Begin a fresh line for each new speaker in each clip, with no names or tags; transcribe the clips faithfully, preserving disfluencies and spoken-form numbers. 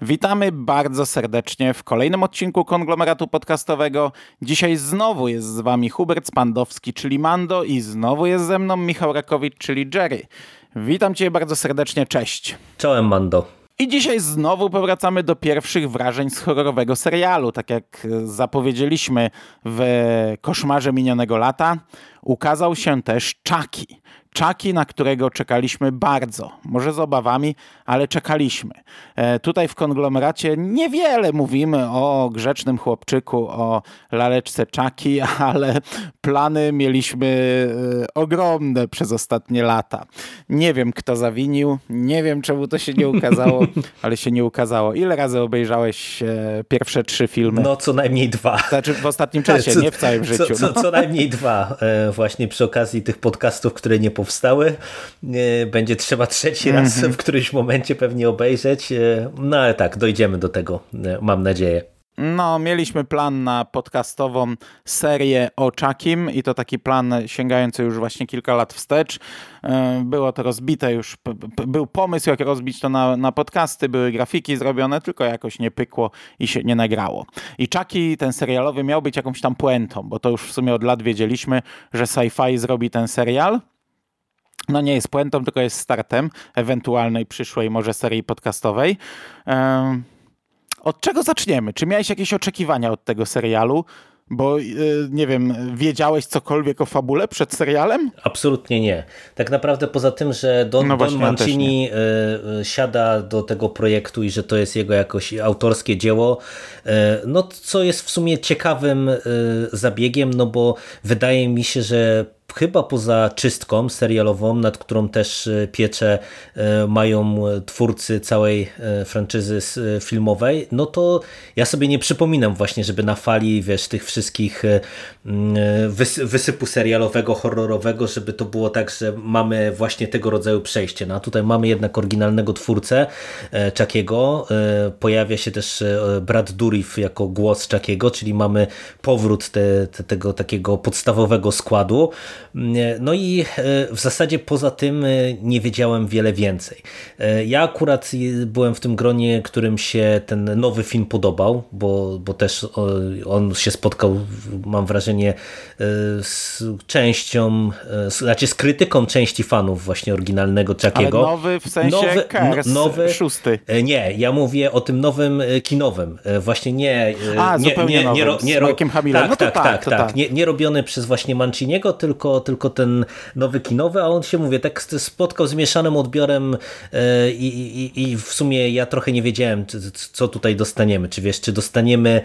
Witamy bardzo serdecznie w kolejnym odcinku Konglomeratu Podcastowego. Dzisiaj znowu jest z wami Hubert Spandowski, czyli Mando, i znowu jest ze mną Michał Rakowicz, czyli Jerry. Witam cię bardzo serdecznie, cześć.
Czołem, Mando.
I dzisiaj znowu powracamy do pierwszych wrażeń z horrorowego serialu. Tak jak zapowiedzieliśmy w Koszmarze minionego lata, ukazał się też Chucky. Chucky, na którego czekaliśmy bardzo. Może z obawami, ale czekaliśmy. E, tutaj w konglomeracie niewiele mówimy o grzecznym chłopczyku, o laleczce Chucky, ale plany mieliśmy e, ogromne przez ostatnie lata. Nie wiem, kto zawinił, nie wiem, czemu to się nie ukazało, ale się nie ukazało. Ile razy obejrzałeś e, pierwsze trzy filmy?
No, co najmniej dwa.
Znaczy w ostatnim czasie, co, nie w całym życiu.
Co, co,
no.
co najmniej dwa. E, właśnie przy okazji tych podcastów, które nie powstały. Będzie trzeba trzeci raz mm-hmm. w którymś momencie pewnie obejrzeć. No ale tak, dojdziemy do tego, mam nadzieję.
No, mieliśmy plan na podcastową serię o Chuckim i to taki plan sięgający już właśnie kilka lat wstecz. Było to rozbite już, był pomysł, jak rozbić to na, na podcasty, były grafiki zrobione, tylko jakoś nie pykło i się nie nagrało. I Chucky, ten serialowy, miał być jakąś tam puentą, bo to już w sumie od lat wiedzieliśmy, że Sci-Fi zrobi ten serial. No nie jest puentą, tylko jest startem ewentualnej przyszłej może serii podcastowej. Um, od czego zaczniemy? Czy miałeś jakieś oczekiwania od tego serialu? Bo, yy, nie wiem, wiedziałeś cokolwiek o fabule przed serialem?
Absolutnie nie. Tak naprawdę poza tym, że Don,
no
Don Mancini ja y, siada do tego projektu i że to jest jego jakoś autorskie dzieło, y, no co jest w sumie ciekawym y, zabiegiem, no bo wydaje mi się, że chyba poza czystką serialową, nad którą też pieczę mają twórcy całej franczyzy filmowej, no to ja sobie nie przypominam właśnie, żeby na fali, wiesz, tych wszystkich wysypu serialowego, horrorowego, żeby to było tak, że mamy właśnie tego rodzaju przejście. No a tutaj mamy jednak oryginalnego twórcę Chuckiego. Pojawia się też Brad Dourif jako głos Chuckiego, czyli mamy powrót te, te, tego takiego podstawowego składu. No i w zasadzie poza tym nie wiedziałem wiele więcej. Ja akurat byłem w tym gronie, którym się ten nowy film podobał, bo, bo też on się spotkał, mam wrażenie, z częścią, znaczy z krytyką części fanów właśnie oryginalnego Chuckiego.
Ale nowy w sensie
nowy,
Curse,
nowy,
szósty.
Nie, ja mówię o tym nowym kinowym. Właśnie nie...
A,
nie,
zupełnie
nie,
nowym,
nie, nie,
z Markiem Hamillem.
Tak,
no to
tak,
tak,
tak,
to
tak.
tak.
Nie, nie robiony przez właśnie Manciniego, tylko, tylko ten nowy kinowy, a on się, mówię, tak spotkał z mieszanym odbiorem i, i, i w sumie ja trochę nie wiedziałem, co tutaj dostaniemy. Czy wiesz, czy dostaniemy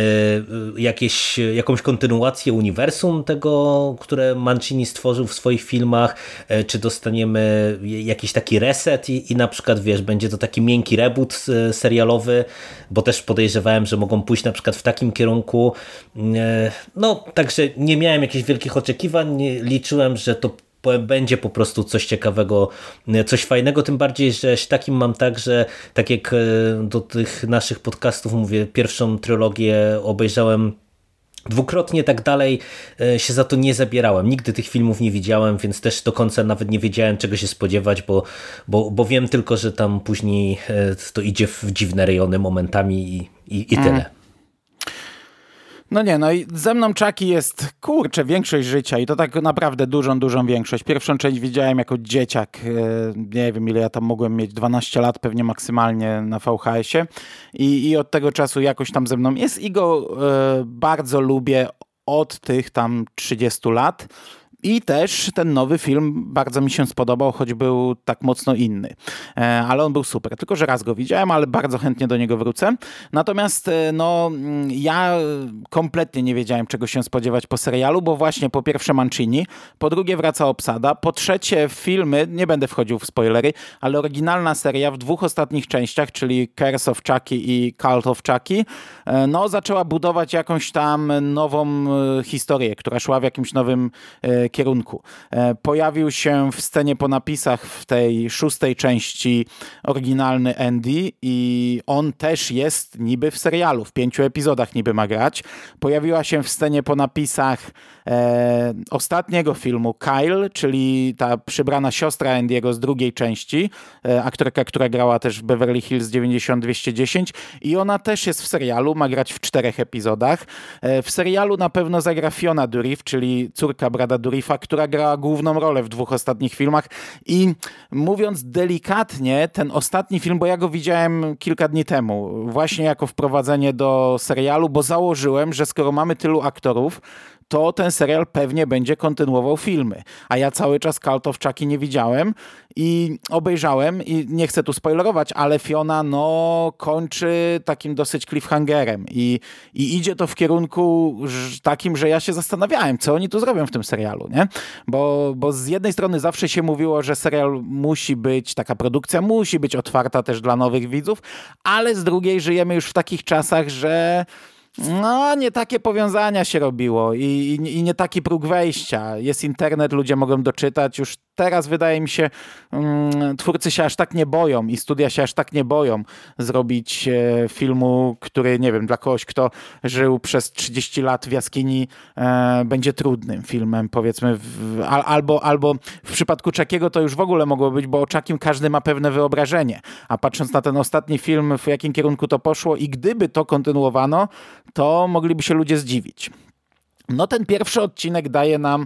jakieś, jakąś kontynuację uniwersum tego, które Mancini stworzył w swoich filmach, czy dostaniemy jakiś taki reset i, i na przykład, wiesz, będzie to taki miękki reboot serialowy, bo też podejrzewałem, że mogą pójść na przykład w takim kierunku. No, także nie miałem jakichś wielkich oczekiwań, liczyłem, że to będzie po prostu coś ciekawego, coś fajnego, tym bardziej, że takim mam tak, że tak jak do tych naszych podcastów mówię, pierwszą trylogię obejrzałem dwukrotnie, tak dalej się za to nie zabierałem. Nigdy tych filmów nie widziałem, więc też do końca nawet nie wiedziałem, czego się spodziewać, bo, bo, bo wiem tylko, że tam później to idzie w dziwne rejony momentami i, i, i tyle. Mm.
No nie, no i ze mną Chucky jest, kurczę, większość życia i to tak naprawdę dużą, dużą większość. Pierwszą część widziałem jako dzieciak, nie wiem ile ja tam mogłem mieć, dwanaście lat pewnie maksymalnie na V H S ie i, i od tego czasu jakoś tam ze mną jest i go e, bardzo lubię od tych tam trzydziestu lat. I też ten nowy film bardzo mi się spodobał, choć był tak mocno inny. E, ale on był super. Tylko że raz go widziałem, ale bardzo chętnie do niego wrócę. Natomiast e, no, ja kompletnie nie wiedziałem, czego się spodziewać po serialu, bo właśnie po pierwsze Mancini, po drugie wraca obsada, po trzecie filmy, nie będę wchodził w spoilery, ale oryginalna seria w dwóch ostatnich częściach, czyli Curse of Chucky i Cult of Chucky, e, no zaczęła budować jakąś tam nową e, historię, która szła w jakimś nowym e, kierunku. Pojawił się w scenie po napisach w tej szóstej części oryginalny Andy i on też jest niby w serialu, w pięciu epizodach niby ma grać. Pojawiła się w scenie po napisach e, ostatniego filmu Kyle, czyli ta przybrana siostra Andy'ego z drugiej części, e, aktorka, która grała też w Beverly Hills dziewięćdziesiąt dwieście dziesięć i ona też jest w serialu, ma grać w czterech epizodach. E, w serialu na pewno zagra Fiona Dourif, czyli córka Brada Dourifa, która grała główną rolę w dwóch ostatnich filmach i mówiąc delikatnie, ten ostatni film, bo ja go widziałem kilka dni temu, właśnie jako wprowadzenie do serialu, bo założyłem, że skoro mamy tylu aktorów, to ten serial pewnie będzie kontynuował filmy. A ja cały czas Cult of Chucky nie widziałem i obejrzałem i nie chcę tu spoilerować, ale Fiona no kończy takim dosyć cliffhangerem i, i idzie to w kierunku takim, że ja się zastanawiałem, co oni tu zrobią w tym serialu, nie? Bo, bo z jednej strony zawsze się mówiło, że serial musi być, taka produkcja musi być otwarta też dla nowych widzów, ale z drugiej żyjemy już w takich czasach, że no, nie takie powiązania się robiło i, i, i nie taki próg wejścia. Jest internet, ludzie mogą doczytać. Już teraz wydaje mi się, um, twórcy się aż tak nie boją i studia się aż tak nie boją zrobić e, filmu, który, nie wiem, dla kogoś, kto żył przez trzydzieści lat w jaskini, e, będzie trudnym filmem, powiedzmy. W, al, albo, albo w przypadku Chuckiego to już w ogóle mogło być, bo o Chuckim każdy ma pewne wyobrażenie. A patrząc na ten ostatni film, w jakim kierunku to poszło i gdyby to kontynuowano, to mogliby się ludzie zdziwić. No ten pierwszy odcinek daje nam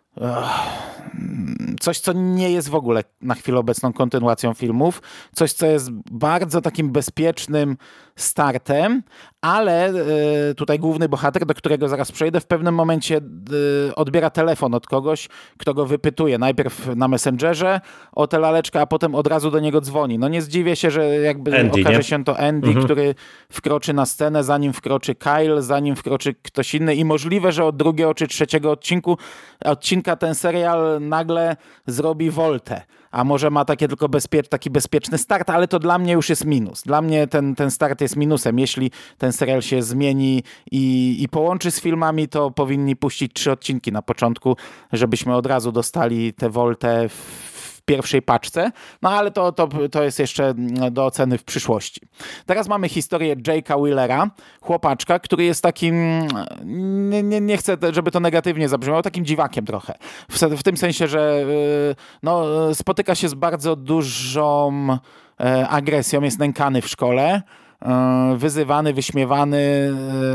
coś, co nie jest w ogóle na chwilę obecną kontynuacją filmów, coś, co jest bardzo takim bezpiecznym startem, ale y, tutaj główny bohater, do którego zaraz przejdę, w pewnym momencie y, odbiera telefon od kogoś, kto go wypytuje. Najpierw na Messengerze o tę laleczkę, a potem od razu do niego dzwoni. No nie zdziwię się, że jakby
Andy,
okaże
nie?
się to Andy, mhm. który wkroczy na scenę, zanim wkroczy Kyle, zanim wkroczy ktoś inny i możliwe, że od drugiego czy trzeciego odcinku, odcinka ten serial nagle zrobi woltę. A może ma takie tylko bezpiecz, taki bezpieczny start, ale to dla mnie już jest minus. Dla mnie ten, ten start jest minusem. Jeśli ten serial się zmieni i, i połączy z filmami, to powinni puścić trzy odcinki na początku, żebyśmy od razu dostali tę woltę w pierwszej paczce, no ale to, to, to jest jeszcze do oceny w przyszłości. Teraz mamy historię Jake'a Wheelera, chłopaczka, który jest takim, nie, nie, nie chcę, żeby to negatywnie zabrzmiało, takim dziwakiem trochę. W, w tym sensie, że no, spotyka się z bardzo dużą agresją, jest nękany w szkole, wyzywany, wyśmiewany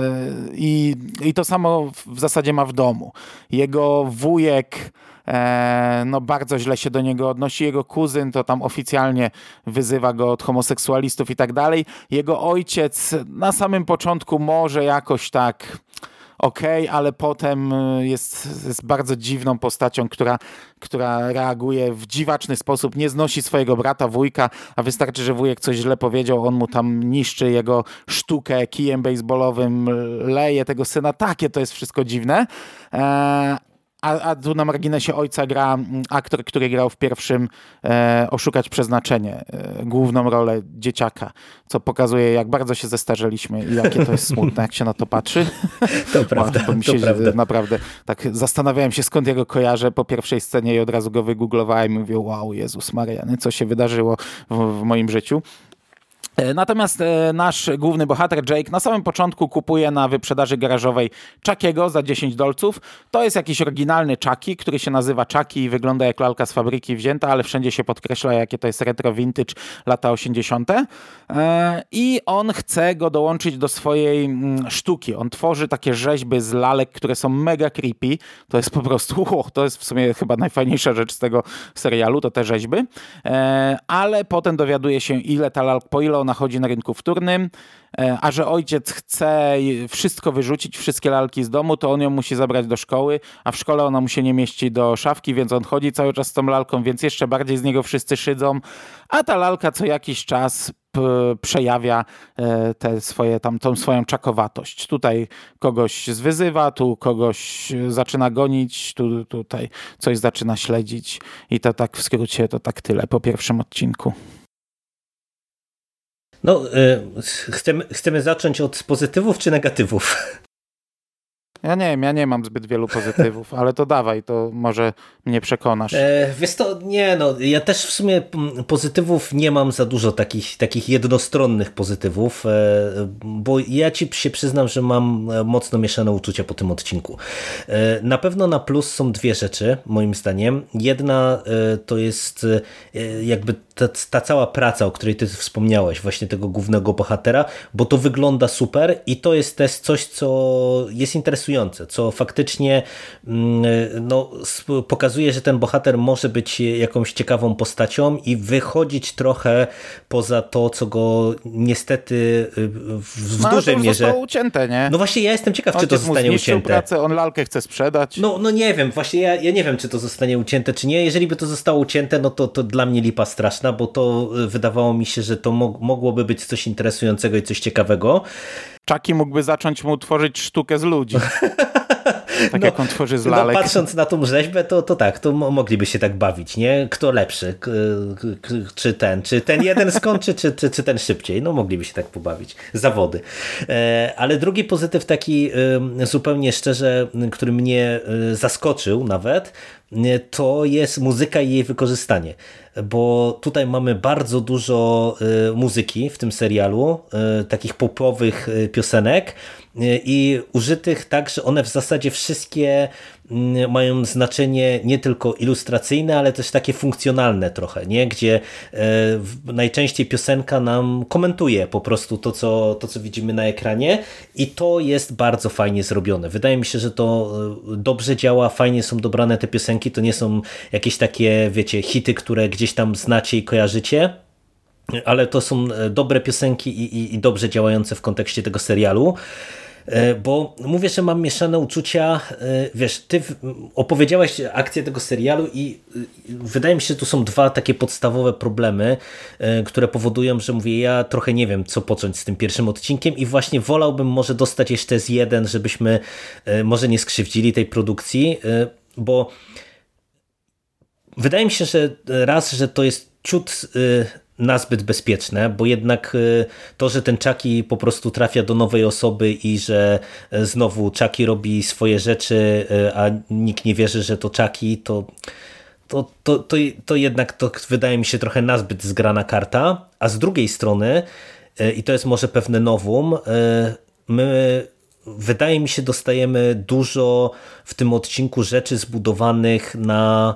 i, i to samo w zasadzie ma w domu. Jego wujek no bardzo źle się do niego odnosi. Jego kuzyn to tam oficjalnie wyzywa go od homoseksualistów i tak dalej. Jego ojciec na samym początku może jakoś tak okej, okay, ale potem jest, jest bardzo dziwną postacią, która, która reaguje w dziwaczny sposób, nie znosi swojego brata, wujka, a wystarczy, że wujek coś źle powiedział, on mu tam niszczy jego sztukę kijem baseballowym, leje tego syna. Takie to jest wszystko dziwne. Eee, A, a tu na marginesie ojca gra aktor, który grał w pierwszym e, Oszukać Przeznaczenie, e, główną rolę dzieciaka, co pokazuje, jak bardzo się zestarzeliśmy i jakie to jest smutne, jak się na to patrzy.
To prawda,
to
to prawda.
Naprawdę, tak zastanawiałem się, skąd ja go kojarzę po pierwszej scenie i od razu go wygooglowałem i mówię, wow, Jezus Maria, co się wydarzyło w, w moim życiu. Natomiast nasz główny bohater Jake na samym początku kupuje na wyprzedaży garażowej Chuckiego za dziesięć dolców. To jest jakiś oryginalny Chucky, który się nazywa Chucky i wygląda jak lalka z fabryki wzięta, ale wszędzie się podkreśla, jakie to jest retro vintage lata osiemdziesiąte. I on chce go dołączyć do swojej sztuki. On tworzy takie rzeźby z lalek, które są mega creepy. To jest po prostu, oh, to jest w sumie chyba najfajniejsza rzecz z tego serialu, to te rzeźby. Ale potem dowiaduje się, ile ta lalka, po ile ona chodzi na rynku wtórnym, a że ojciec chce wszystko wyrzucić, wszystkie lalki z domu, to on ją musi zabrać do szkoły, a w szkole ona mu się nie mieści do szafki, więc on chodzi cały czas z tą lalką, więc jeszcze bardziej z niego wszyscy szydzą, a ta lalka co jakiś czas p- przejawia te swoje, tam, tą swoją czakowatość. Tutaj kogoś zwyzywa, tu kogoś zaczyna gonić, tu, tutaj coś zaczyna śledzić i to tak w skrócie, to tak tyle po pierwszym odcinku.
No, y, chcemy, chcemy zacząć od pozytywów czy negatywów?
Ja nie wiem, ja nie mam zbyt wielu pozytywów, ale to dawaj, to może mnie przekonasz.
E, wiesz to, nie no, ja też w sumie pozytywów nie mam za dużo, takich, takich jednostronnych pozytywów, e, bo ja ci się przyznam, że mam mocno mieszane uczucia po tym odcinku. E, na pewno na plus są dwie rzeczy, moim zdaniem. Jedna e, to jest e, jakby ta, ta cała praca, o której ty wspomniałeś, właśnie tego głównego bohatera, bo to wygląda super i to jest też coś, co jest interesujące, co faktycznie no, pokazuje, że ten bohater może być jakąś ciekawą postacią i wychodzić trochę poza to, co go niestety w, w
no,
dużej
to już
mierze...
zostało ucięte, nie?
No właśnie ja jestem ciekaw,
Ojciec
czy to zostanie
mu
ucięte.
pracę, on lalkę chce sprzedać.
No, no nie wiem, właśnie ja, ja nie wiem, czy to zostanie ucięte, czy nie. Jeżeli by to zostało ucięte, no to, to dla mnie lipa straszna, bo to wydawało mi się, że to mo- mogłoby być coś interesującego i coś ciekawego.
Chucky mógłby zacząć mu tworzyć sztukę z ludzi. Tak
no,
jak on tworzy z lalek.
No, patrząc na tą rzeźbę, to, to tak, to mogliby się tak bawić, nie? Kto lepszy? K- k- czy ten? Czy ten jeden skończy, czy, czy, czy ten szybciej? No mogliby się tak pobawić. Zawody. E, ale drugi pozytyw taki e, zupełnie szczerze, który mnie e, zaskoczył nawet, e, to jest muzyka i jej wykorzystanie. Bo tutaj mamy bardzo dużo e, muzyki w tym serialu, e, takich popowych e, piosenek, i użytych tak, że one w zasadzie wszystkie mają znaczenie nie tylko ilustracyjne, ale też takie funkcjonalne trochę, nie? Gdzie e, najczęściej piosenka nam komentuje po prostu to co, to, co widzimy na ekranie i to jest bardzo fajnie zrobione. Wydaje mi się, że to dobrze działa, fajnie są dobrane te piosenki, to nie są jakieś takie, wiecie, hity, które gdzieś tam znacie i kojarzycie, ale to są dobre piosenki i, i, i dobrze działające w kontekście tego serialu. Bo mówię, że mam mieszane uczucia, wiesz, ty opowiedziałeś akcję tego serialu i wydaje mi się, że tu są dwa takie podstawowe problemy, które powodują, że mówię, ja trochę nie wiem, co począć z tym pierwszym odcinkiem i właśnie wolałbym może dostać jeszcze z jeden, żebyśmy może nie skrzywdzili tej produkcji, bo wydaje mi się, że raz, że to jest ciut nazbyt bezpieczne, bo jednak to, że ten Chucky po prostu trafia do nowej osoby i że znowu Chucky robi swoje rzeczy, a nikt nie wierzy, że to Chucky, to, to, to, to, to jednak to wydaje mi się trochę nazbyt zgrana karta, a z drugiej strony, i to jest może pewne novum, my wydaje mi się dostajemy dużo w tym odcinku rzeczy zbudowanych na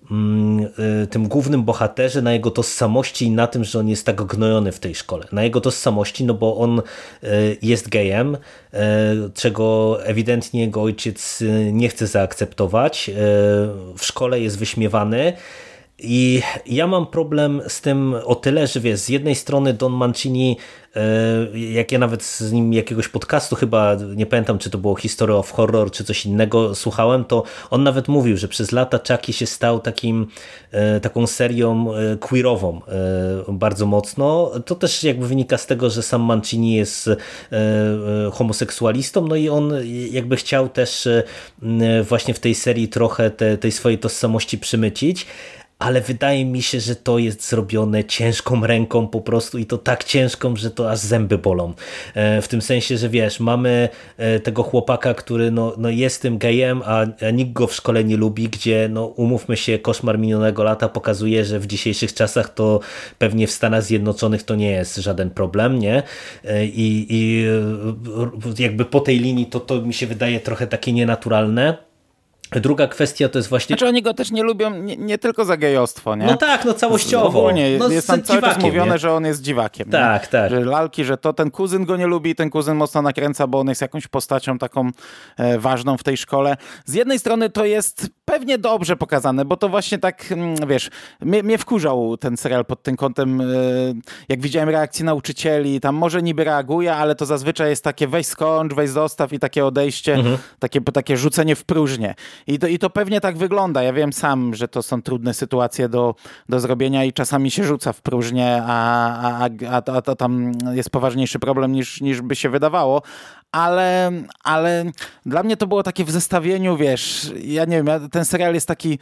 tym głównym bohaterze, na jego tożsamości i na tym, że on jest tak gnojony w tej szkole. Na jego tożsamości, no bo on jest gejem, czego ewidentnie jego ojciec nie chce zaakceptować. W szkole jest wyśmiewany i ja mam problem z tym o tyle, że wiesz, z jednej strony Don Mancini, jak ja nawet z nim jakiegoś podcastu, chyba nie pamiętam, czy to było History of Horror, czy coś innego słuchałem, to on nawet mówił, że przez lata Chucky się stał takim, taką serią queerową bardzo mocno. To też jakby wynika z tego, że sam Mancini jest homoseksualistą, no i on jakby chciał też właśnie w tej serii trochę te, tej swojej tożsamości przymycić, ale wydaje mi się, że to jest zrobione ciężką ręką po prostu i to tak ciężką, że to aż zęby bolą. W tym sensie, że wiesz, mamy tego chłopaka, który no, no jest tym gejem, a, a nikt go w szkole nie lubi, gdzie no umówmy się, koszmar minionego lata pokazuje, że w dzisiejszych czasach to pewnie w Stanach Zjednoczonych to nie jest żaden problem, nie? I, i jakby po tej linii to, to mi się wydaje trochę takie nienaturalne. Druga kwestia to jest właśnie...
Znaczy oni go też nie lubią nie, nie tylko za gejostwo, nie?
No tak, no całościowo.
Ogólnie
no,
jest tam cały czas mówione,
nie?
że on jest dziwakiem.
Tak,
nie?
tak.
Że lalki, że to ten kuzyn go nie lubi, ten kuzyn mocno nakręca, bo on jest jakąś postacią taką e, ważną w tej szkole. Z jednej strony to jest pewnie dobrze pokazane, bo to właśnie tak, wiesz, mnie, mnie wkurzał ten serial pod tym kątem, e, jak widziałem reakcje nauczycieli, tam może niby reaguje, ale to zazwyczaj jest takie weź skończ, weź zostaw i takie odejście, mhm. takie, takie rzucenie w próżnię. I to, I to pewnie tak wygląda. Ja wiem sam, że to są trudne sytuacje do, do zrobienia i czasami się rzuca w próżnię, a, a, a, a, a tam jest poważniejszy problem niż, niż by się wydawało. Ale, ale dla mnie to było takie w zestawieniu, wiesz, ja nie wiem, ten serial jest taki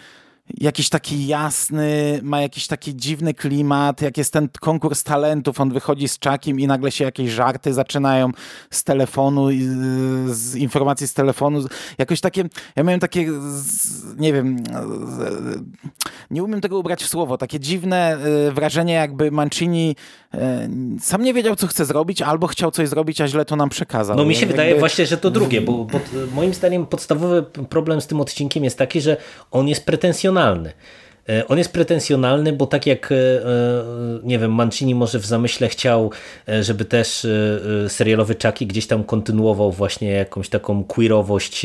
jakiś taki jasny, ma jakiś taki dziwny klimat, jak jest ten konkurs talentów, on wychodzi z Chuckiem i nagle się jakieś żarty zaczynają z telefonu, z informacji z telefonu. Jakoś takie, ja miałem takie, nie wiem, nie umiem tego ubrać w słowo, takie dziwne wrażenie, jakby Mancini sam nie wiedział, co chce zrobić, albo chciał coś zrobić, a źle to nam przekazał.
No mi się
jakby...
wydaje właśnie, że to drugie, bo, bo moim zdaniem podstawowy problem z tym odcinkiem jest taki, że on jest pretensjonalny. On jest pretensjonalny, bo tak jak, nie wiem, Mancini może w zamyśle chciał, żeby też serialowy Chucky gdzieś tam kontynuował właśnie jakąś taką queerowość,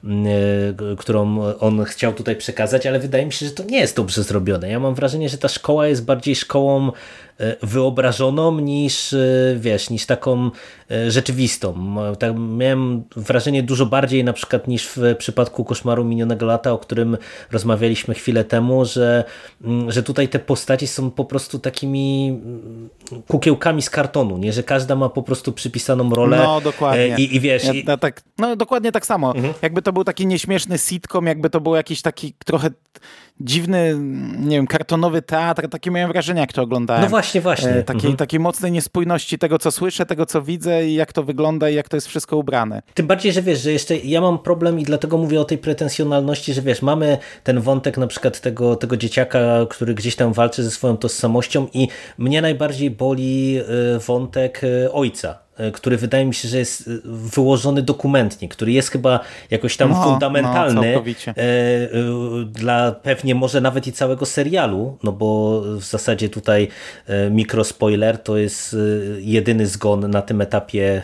którą on chciał tutaj przekazać, ale wydaje mi się, że to nie jest dobrze zrobione. Ja mam wrażenie, że ta szkoła jest bardziej szkołą wyobrażoną niż, wiesz, niż taką rzeczywistą. Tak, miałem wrażenie dużo bardziej na przykład niż w przypadku Koszmaru minionego lata, o którym rozmawialiśmy chwilę temu, że, że tutaj te postaci są po prostu takimi kukiełkami z kartonu, nie? Że każda ma po prostu przypisaną rolę.
No, dokładnie.
I, i wiesz...
Ja,
i...
ja tak, no, dokładnie tak samo. Mhm. Jakby to był taki nieśmieszny sitcom, jakby to był jakiś taki trochę dziwny, nie wiem, kartonowy teatr, takie miałem wrażenie, jak to oglądałem.
No właśnie, właśnie.
E, takiej, mhm. takiej mocnej niespójności tego, co słyszę, tego, co widzę i jak to wygląda i jak to jest wszystko ubrane.
Tym bardziej, że wiesz, że jeszcze ja mam problem i dlatego mówię o tej pretensjonalności, że wiesz, mamy ten wątek na przykład tego, tego dzieciaka, który gdzieś tam walczy ze swoją tożsamością i mnie najbardziej boli wątek ojca, który wydaje mi się, że jest wyłożony dokumentnie, który jest chyba jakoś tam no, fundamentalny no, dla pewnie może nawet i całego serialu, no bo w zasadzie tutaj mikrospoiler, to jest jedyny zgon na tym etapie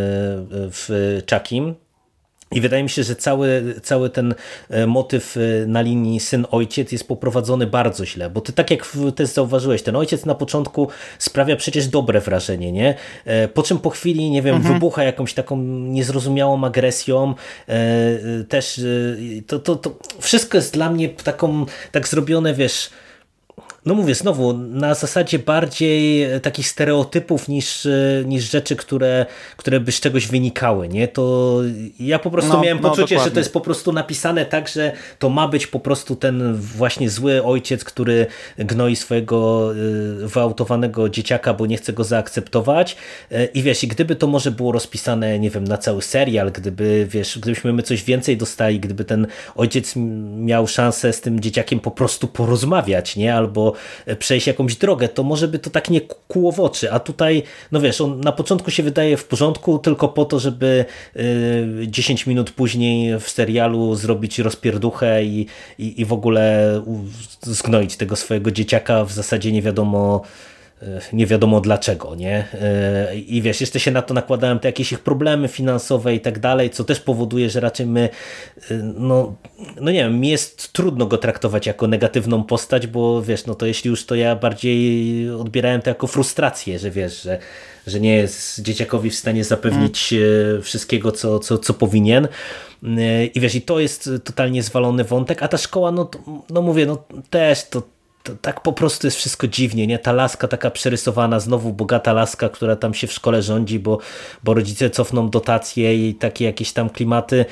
w Chuckim. I wydaje mi się, że cały, cały ten motyw na linii syn-ojciec jest poprowadzony bardzo źle, bo ty tak jak też zauważyłeś, ten ojciec na początku sprawia przecież dobre wrażenie, nie? Po czym po chwili, nie wiem, mhm. wybucha jakąś taką niezrozumiałą agresją, też to, to, to wszystko jest dla mnie taką, tak zrobione, wiesz, no mówię znowu, na zasadzie bardziej takich stereotypów niż, niż rzeczy, które, które by z czegoś wynikały, nie? To ja po prostu no, miałem no, poczucie, dokładnie. Że to jest po prostu napisane tak, że to ma być po prostu ten właśnie zły ojciec, który gnoi swojego wyautowanego dzieciaka, bo nie chce go zaakceptować. I wiesz, i gdyby to może było rozpisane, nie wiem, na cały serial, gdyby, wiesz, gdybyśmy my coś więcej dostali, gdyby ten ojciec miał szansę z tym dzieciakiem po prostu porozmawiać, nie? Albo przejść jakąś drogę, to może by to tak nie kłuło w oczy, a tutaj, no wiesz, on na początku się wydaje w porządku tylko po to, żeby y, dziesięć minut później w serialu zrobić rozpierduchę i, i, i w ogóle zgnoić tego swojego dzieciaka w zasadzie nie wiadomo nie wiadomo dlaczego, nie? I wiesz, jeszcze się na to nakładają te jakieś ich problemy finansowe i tak dalej, co też powoduje, że raczej my, no, no nie wiem, mi jest trudno go traktować jako negatywną postać, bo wiesz, no to jeśli już, to ja bardziej odbierałem to jako frustrację, że wiesz, że, że nie jest dzieciakowi w stanie zapewnić mm. wszystkiego, co, co, co powinien. I wiesz, i to jest totalnie zwalony wątek, a ta szkoła, no, to, no mówię, no też to To tak po prostu jest wszystko dziwnie, nie? Ta laska taka przerysowana, znowu bogata laska, która tam się w szkole rządzi, bo, bo rodzice cofną dotacje i takie jakieś tam klimaty.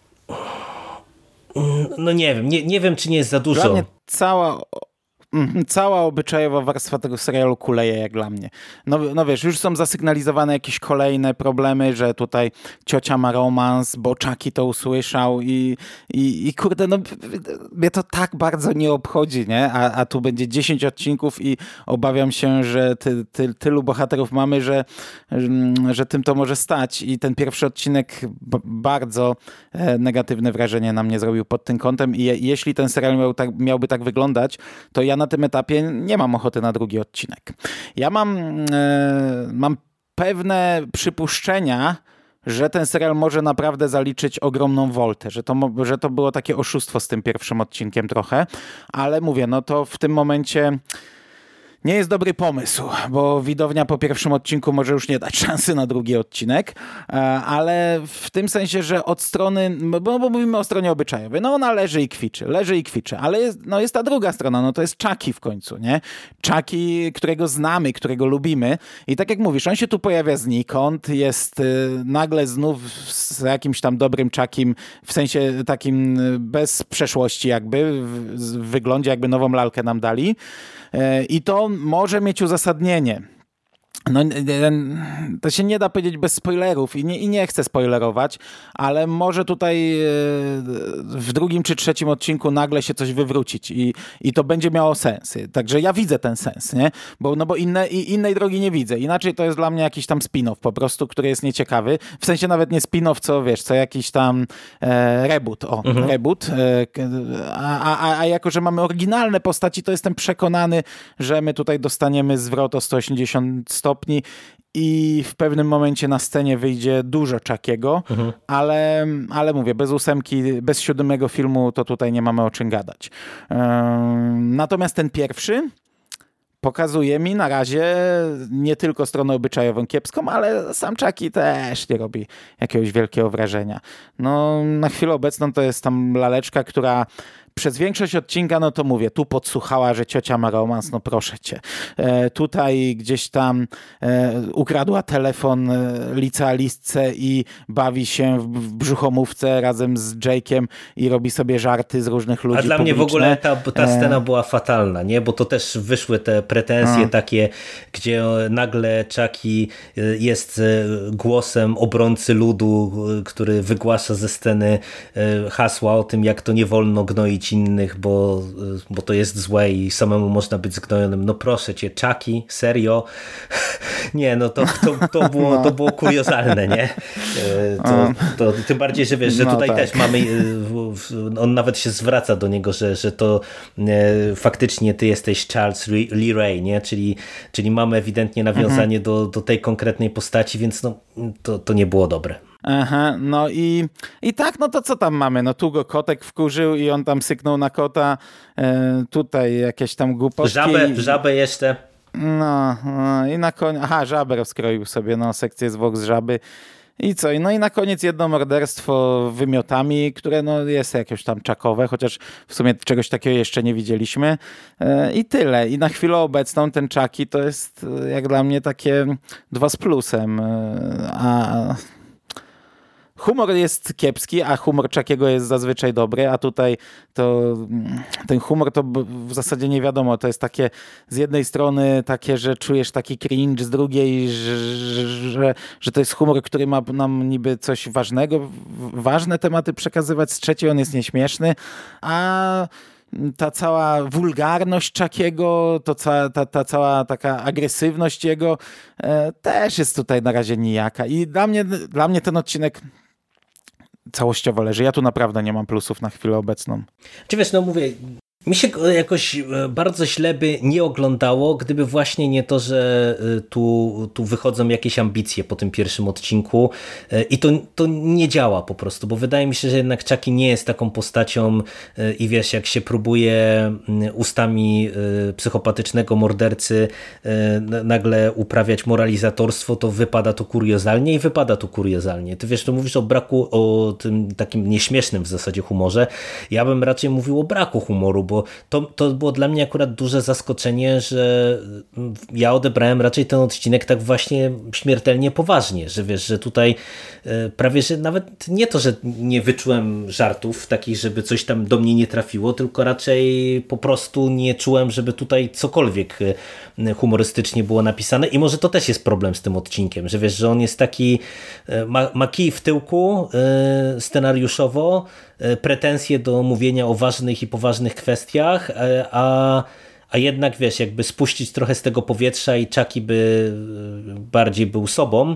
No nie wiem, nie, nie wiem, czy nie jest za dużo.
Dla mnie cała... Cała obyczajowa warstwa tego serialu kuleje jak dla mnie. No, no wiesz, już są zasygnalizowane jakieś kolejne problemy, że tutaj ciocia ma romans, bo Chucky to usłyszał i, i, i kurde, no mnie to tak bardzo nie obchodzi, nie? A, a tu będzie dziesięć odcinków i obawiam się, że ty, ty, tylu bohaterów mamy, że, że tym to może stać. I ten pierwszy odcinek b- bardzo negatywne wrażenie na mnie zrobił pod tym kątem i je, jeśli ten serial miał tak, miałby tak wyglądać, to ja na tym etapie nie mam ochoty na drugi odcinek. Ja mam, e, mam pewne przypuszczenia, że ten serial może naprawdę zaliczyć ogromną woltę, że to, że to było takie oszustwo z tym pierwszym odcinkiem trochę, ale mówię, no to w tym momencie nie jest dobry pomysł, bo widownia po pierwszym odcinku może już nie dać szansy na drugi odcinek, ale w tym sensie, że od strony, bo, bo mówimy o stronie obyczajowej, no ona leży i kwiczy, leży i kwiczy, ale jest, no jest ta druga strona, no to jest Chucky w końcu, nie? Chucky, którego znamy, którego lubimy i tak jak mówisz, on się tu pojawia znikąd, jest y, nagle znów z jakimś tam dobrym Chuckiem, w sensie takim bez przeszłości jakby, w, w wyglądzie jakby nową lalkę nam dali y, i to może mieć uzasadnienie. No, to się nie da powiedzieć bez spoilerów i nie, i nie chcę spoilerować, ale może tutaj w drugim czy trzecim odcinku nagle się coś wywrócić i, i to będzie miało sens. Także ja widzę ten sens, nie? Bo, no bo inne, innej drogi nie widzę. Inaczej to jest dla mnie jakiś tam spin-off po prostu, który jest nieciekawy. W sensie nawet nie spin-off, co wiesz, co jakiś tam e, reboot. O, mhm. reboot. E, a, a, a jako, że mamy oryginalne postaci, to jestem przekonany, że my tutaj dostaniemy zwrot o sto osiemdziesiąt stopni i w pewnym momencie na scenie wyjdzie dużo Chuckiego, mhm. ale, ale mówię, bez ósemki, bez siódmego filmu to tutaj nie mamy o czym gadać. Um, natomiast ten pierwszy pokazuje mi na razie nie tylko stronę obyczajową kiepską, ale sam Chucky też nie robi jakiegoś wielkiego wrażenia. No, na chwilę obecną to jest tam laleczka, która przez większość odcinka, no to mówię, tu podsłuchała, że ciocia ma romans, no proszę cię. E, tutaj gdzieś tam e, ukradła telefon e, licealistce i bawi się w, w brzuchomówce razem z Jake'iem i robi sobie żarty z różnych ludzi.
A dla
publiczne.
mnie w ogóle ta, ta scena była fatalna, nie? Bo to też wyszły te pretensje A. takie, gdzie nagle Chucky jest głosem obrońcy ludu, który wygłasza ze sceny hasła o tym, jak to nie wolno gnoić innych, bo, bo to jest złe i samemu można być zgnojonym. No proszę cię, Chucky, serio? Nie, no to, to, to, było, to było kuriozalne, nie? To, to, tym bardziej, że wiesz, że
no
tutaj
tak.
też mamy, on nawet się zwraca do niego, że, że to faktycznie ty jesteś Charles Lee Ray, nie? Czyli, czyli mamy ewidentnie nawiązanie mhm. do, do tej konkretnej postaci, więc no, to, to nie było dobre.
Aha, no i, i tak, no to co tam mamy? No tu go kotek wkurzył i on tam syknął na kota, e, tutaj jakieś tam głupotki.
Żabę, żabę jeszcze.
No, no i na koniec, aha, żabę rozkroił sobie, no sekcję zwłok z żaby. I co? No i na koniec jedno morderstwo wymiotami, które no jest jakieś tam czakowe, chociaż w sumie czegoś takiego jeszcze nie widzieliśmy. I tyle. I na chwilę obecną ten Chucky to jest jak dla mnie takie dwa z plusem. A humor jest kiepski, a humor Chuckiego jest zazwyczaj dobry, a tutaj to ten humor to w zasadzie nie wiadomo, to jest takie z jednej strony takie, że czujesz taki cringe, z drugiej, że, że, że to jest humor, który ma nam niby coś ważnego, ważne tematy przekazywać, z trzeciej on jest nieśmieszny, a ta cała wulgarność Chuckiego, to ca, ta, ta cała taka agresywność jego e, też jest tutaj na razie nijaka i dla mnie, dla mnie ten odcinek całościowo leży. Ja tu naprawdę nie mam plusów na chwilę obecną.
Czy wiesz, no mówię, mi się jakoś bardzo źle by nie oglądało, gdyby właśnie nie to, że tu, tu wychodzą jakieś ambicje po tym pierwszym odcinku i to, to nie działa po prostu, bo wydaje mi się, że jednak Chucky nie jest taką postacią i wiesz, jak się próbuje ustami psychopatycznego mordercy nagle uprawiać moralizatorstwo, to wypada to kuriozalnie i wypada to kuriozalnie. Ty wiesz, to mówisz o braku, o tym takim nieśmiesznym w zasadzie humorze. Ja bym raczej mówił o braku humoru, bo to, to było dla mnie akurat duże zaskoczenie, że ja odebrałem raczej ten odcinek tak właśnie śmiertelnie poważnie, że wiesz, że tutaj prawie, że nawet nie to, że nie wyczułem żartów takich, żeby coś tam do mnie nie trafiło, tylko raczej po prostu nie czułem, żeby tutaj cokolwiek humorystycznie było napisane i może to też jest problem z tym odcinkiem, że wiesz, że on jest taki, ma, ma kij w tyłku scenariuszowo, pretensje do mówienia o ważnych i poważnych kwestiach, a, a jednak wiesz, jakby spuścić trochę z tego powietrza i Chucky by bardziej był sobą,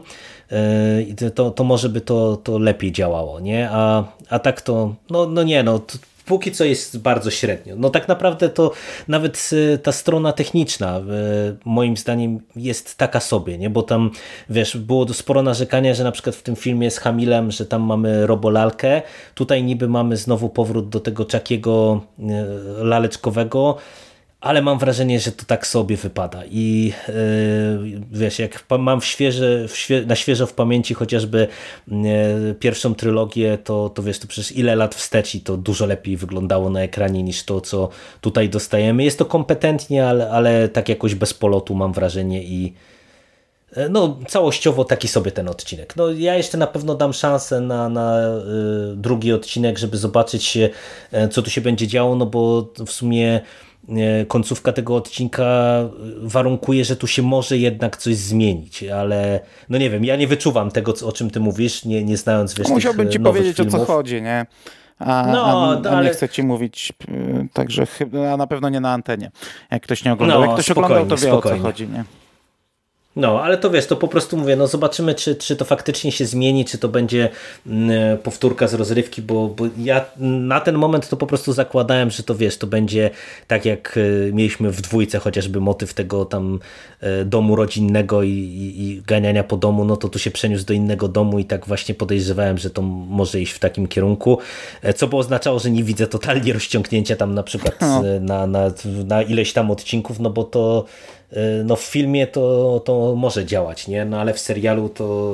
to, to może by to, to lepiej działało, nie? A, a tak to, no, no nie, no to póki co jest bardzo średnio. No tak naprawdę to nawet ta strona techniczna moim zdaniem jest taka sobie, nie? Bo tam wiesz, było sporo narzekania, że na przykład w tym filmie z Hamilem, że tam mamy robolalkę, tutaj niby mamy znowu powrót do tego Chuckiego laleczkowego, ale mam wrażenie, że to tak sobie wypada i yy, wiesz, jak mam w świeże, w świe, na świeżo w pamięci chociażby yy, pierwszą trylogię, to, to wiesz, to przecież ile lat wstecz i to dużo lepiej wyglądało na ekranie niż to, co tutaj dostajemy. Jest to kompetentnie, ale, ale tak jakoś bez polotu mam wrażenie i no całościowo taki sobie ten odcinek. No ja jeszcze na pewno dam szansę na, na y, drugi odcinek, żeby zobaczyć y, co tu się będzie działo, no bo w sumie y, końcówka tego odcinka warunkuje, że tu się może jednak coś zmienić, ale no nie wiem, ja nie wyczuwam tego, o czym ty mówisz, nie, nie znając wiesz,
Musiałbym
tych
ci
nowych
powiedzieć
filmów.
O co chodzi, nie? A,
no,
a, a
ale...
nie chcę ci mówić, także chyba, a na pewno nie na antenie. Jak ktoś nie oglądał,
no,
jak ktoś
spokojnie,
oglądał, to wie
spokojnie.
o co chodzi, nie?
No, ale to wiesz, to po prostu mówię, no zobaczymy, czy, czy to faktycznie się zmieni, czy to będzie mm, powtórka z rozrywki, bo, bo ja na ten moment to po prostu zakładałem, że to wiesz, to będzie tak jak y, mieliśmy w dwójce chociażby motyw tego tam y, domu rodzinnego i, i, i ganiania po domu, no to tu się przeniósł do innego domu i tak właśnie podejrzewałem, że to może iść w takim kierunku, co by oznaczało, że nie widzę totalnie rozciągnięcia tam na przykład
no.
na, na, na ileś tam odcinków, no bo to no w filmie to, to może działać, nie? No ale w serialu to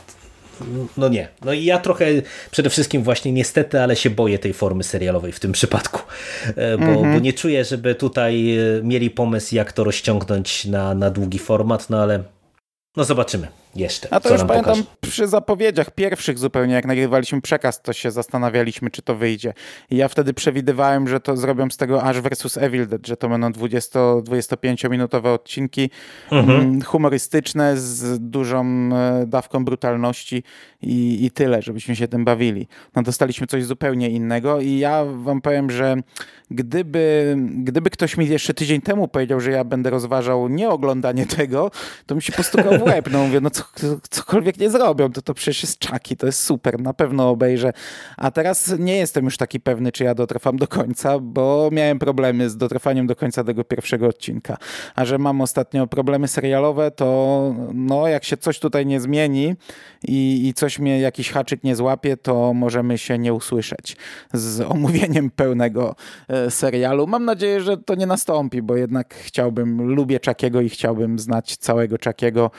no nie. No i ja trochę przede wszystkim właśnie niestety, ale się boję tej formy serialowej w tym przypadku, bo, mm-hmm. bo nie czuję, żeby tutaj mieli pomysł, jak to rozciągnąć na, na długi format, no ale no zobaczymy jeszcze.
A to
co
już
nam
pamiętam
pokaże.
Przy zapowiedziach pierwszych zupełnie, jak nagrywaliśmy przekaz, to się zastanawialiśmy, czy to wyjdzie. I ja wtedy przewidywałem, że to zrobią z tego Ash versus. Evil Dead, że to będą dwudziesto-dwudziestopięciominutowe odcinki mhm. humorystyczne z dużą dawką brutalności i, i tyle, żebyśmy się tym bawili. No dostaliśmy coś zupełnie innego i ja wam powiem, że gdyby, gdyby ktoś mi jeszcze tydzień temu powiedział, że ja będę rozważał nieoglądanie tego, to mi się postukał w łeb. No mówię, no co, cokolwiek nie zrobią, to to przecież jest Chucky, to jest super, na pewno obejrzę. A teraz nie jestem już taki pewny, czy ja dotrwam do końca, bo miałem problemy z dotrwaniem do końca tego pierwszego odcinka. A że mam ostatnio problemy serialowe, to no jak się coś tutaj nie zmieni i, i coś mnie, jakiś haczyk nie złapie, to możemy się nie usłyszeć z omówieniem pełnego e, serialu. Mam nadzieję, że to nie nastąpi, bo jednak chciałbym, lubię Chuckiego i chciałbym znać całego Chuckiego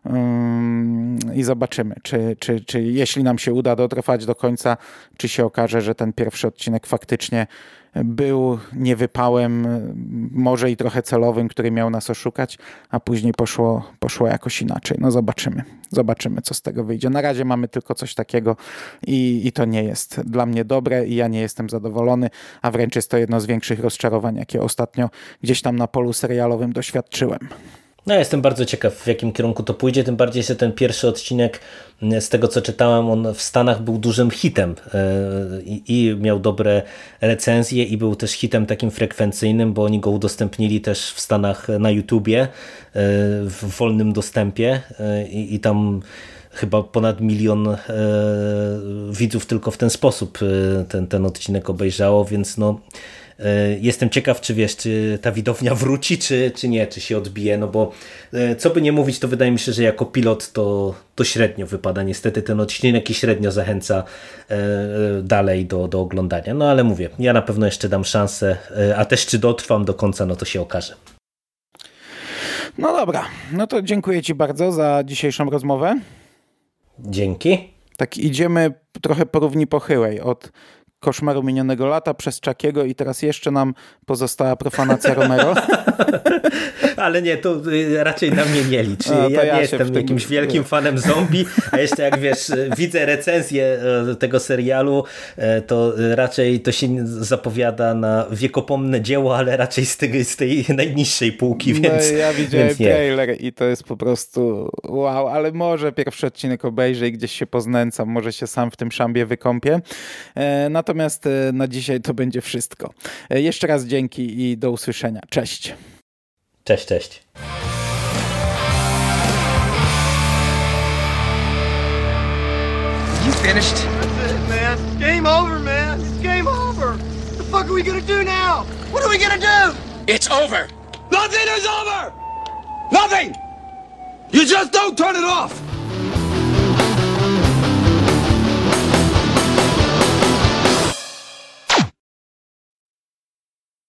um, i zobaczymy, czy, czy, czy jeśli nam się uda dotrwać do końca, czy się okaże, że ten pierwszy odcinek faktycznie był niewypałem, może i trochę celowym, który miał nas oszukać, a później poszło, poszło jakoś inaczej. No zobaczymy. Zobaczymy, co z tego wyjdzie. Na razie mamy tylko coś takiego i, i to nie jest dla mnie dobre i ja nie jestem zadowolony, a wręcz jest to jedno z większych rozczarowań, jakie ostatnio gdzieś tam na polu serialowym doświadczyłem.
No ja jestem bardzo ciekaw, w jakim kierunku to pójdzie, tym bardziej, że ten pierwszy odcinek, z tego co czytałem, on w Stanach był dużym hitem i, i miał dobre recenzje i był też hitem takim frekwencyjnym, bo oni go udostępnili też w Stanach na YouTubie w wolnym dostępie i, i tam chyba ponad milion e, widzów tylko w ten sposób e, ten, ten odcinek obejrzało, więc no jestem ciekaw, czy wiesz, czy ta widownia wróci, czy, czy nie, czy się odbije, no bo co by nie mówić, to wydaje mi się, że jako pilot to, to średnio wypada. Niestety ten odcinek i średnio zachęca dalej do, do oglądania. No ale mówię, ja na pewno jeszcze dam szansę, a też czy dotrwam do końca, no to się okaże.
No dobra, no to dziękuję ci bardzo za dzisiejszą rozmowę.
Dzięki.
Tak idziemy trochę po równi pochyłej, od Koszmaru minionego lata przez Chuckiego i teraz jeszcze nam pozostała Profanacja Romero.
Ale nie, to raczej na mnie nie licz. Ja, ja nie ja jestem tym... jakimś wielkim fanem zombie, a jeszcze jak wiesz, widzę recenzję tego serialu, to raczej to się zapowiada na wiekopomne dzieło, ale raczej z tej, z tej najniższej półki, więc
no, ja widziałem trailer i to jest po prostu wow, ale może pierwszy odcinek obejrzę i gdzieś się poznęcam, może się sam w tym szambie wykąpię. Natomiast na dzisiaj to będzie wszystko. Jeszcze raz dzięki i do usłyszenia. Cześć.
Cześć, cześć.
You finished? That's it, man. Game over, man. It's game over. What the fuck are we gonna do now? What are we gonna do? It's over. Nothing is over. Nothing. You just don't turn it off.